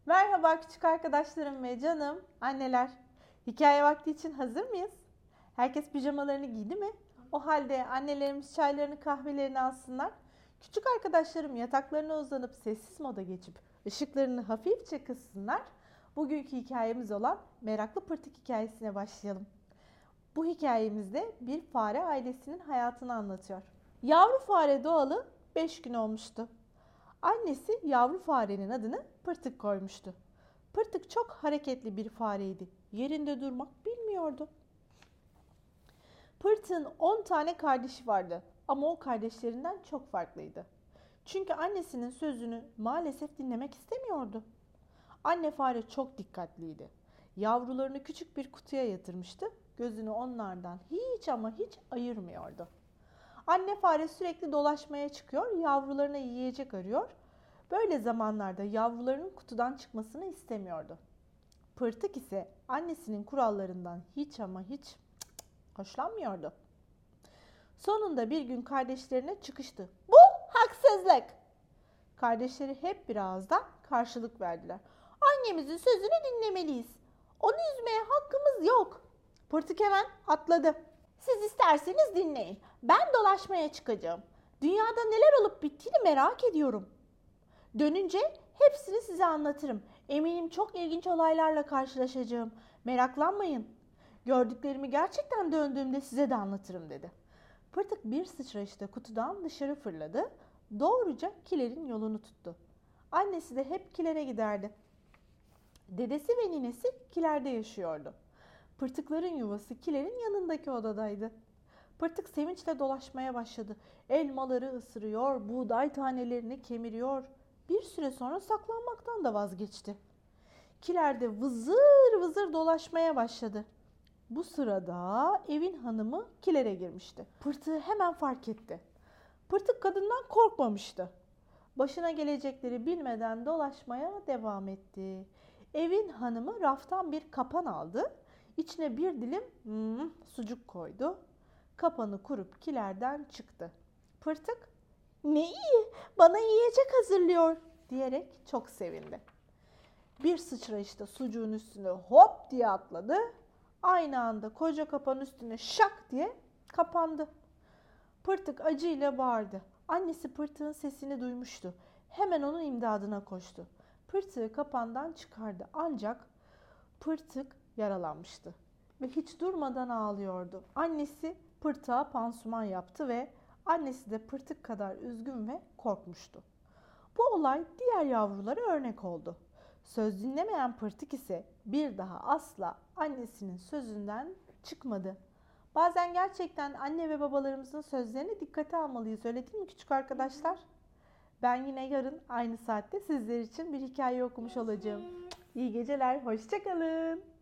Merhaba küçük arkadaşlarım ve canım anneler. Hikaye vakti için hazır mıyız? Herkes pijamalarını giydi mi? O halde annelerimiz çaylarını kahvelerini alsınlar. Küçük arkadaşlarım yataklarına uzanıp sessiz moda geçip ışıklarını hafifçe kıssınlar. Bugünkü hikayemiz olan Meraklı Pırtık hikayesine başlayalım. Bu hikayemizde bir fare ailesinin hayatını anlatıyor. Yavru fare doğalı 5 gün olmuştu. Annesi yavru farenin adını Pırtık koymuştu. Pırtık çok hareketli bir fareydi. Yerinde durmak bilmiyordu. Pırtık'ın 10 tane kardeşi vardı ama o kardeşlerinden çok farklıydı. Çünkü annesinin sözünü maalesef dinlemek istemiyordu. Anne fare çok dikkatliydi. Yavrularını küçük bir kutuya yatırmıştı. Gözünü onlardan hiç ama hiç ayırmıyordu. Anne fare sürekli dolaşmaya çıkıyor, yavrularına yiyecek arıyor. Böyle zamanlarda yavrularının kutudan çıkmasını istemiyordu. Pırtık ise annesinin kurallarından hiç ama hiç hoşlanmıyordu. Sonunda bir gün kardeşlerine çıkıştı. Bu haksızlık. Kardeşleri hep bir ağızdan karşılık verdiler. Annemizin sözünü dinlemeliyiz. Onu üzmeye hakkımız yok. Pırtık hemen atladı. Siz isterseniz dinleyin. Ben dolaşmaya çıkacağım. Dünyada neler olup bittiğini merak ediyorum. Dönünce hepsini size anlatırım. Eminim çok ilginç olaylarla karşılaşacağım. Meraklanmayın. Gördüklerimi gerçekten döndüğümde size de anlatırım dedi. Pırtık bir sıçrayışta kutudan dışarı fırladı. Doğruca kilerin yolunu tuttu. Annesi de hep kilere giderdi. Dedesi ve ninesi kilerde yaşıyordu. Pırtıkların yuvası kilerin yanındaki odadaydı. Pırtık sevinçle dolaşmaya başladı. Elmaları ısırıyor, buğday tanelerini kemiriyor. Bir süre sonra saklanmaktan da vazgeçti. Kilerde vızır vızır dolaşmaya başladı. Bu sırada evin hanımı kilere girmişti. Pırtığı hemen fark etti. Pırtık kadından korkmamıştı. Başına gelecekleri bilmeden dolaşmaya devam etti. Evin hanımı raftan bir kapan aldı. İçine bir dilim sucuk koydu. Kapanı kurup kilerden çıktı. Pırtık, "Ne iyi, bana yiyecek hazırlıyor," diyerek çok sevindi. Bir sıçrayışta sucuğun üstüne hop diye atladı. Aynı anda koca kapan üstüne şak diye kapandı. Pırtık acıyla bağırdı. Annesi Pırtık'ın sesini duymuştu. Hemen onun imdadına koştu. Pırtık'ı kapandan çıkardı. Ancak Pırtık yaralanmıştı ve hiç durmadan ağlıyordu. Annesi Pırtık'a pansuman yaptı ve annesi de Pırtık kadar üzgün ve korkmuştu. Bu olay diğer yavrulara örnek oldu. Söz dinlemeyen Pırtık ise bir daha asla annesinin sözünden çıkmadı. Bazen gerçekten anne ve babalarımızın sözlerini dikkate almalıyız, öyle değil mi küçük arkadaşlar? Ben yine yarın aynı saatte sizler için bir hikaye okumuş olacağım. İyi geceler, hoşça kalın.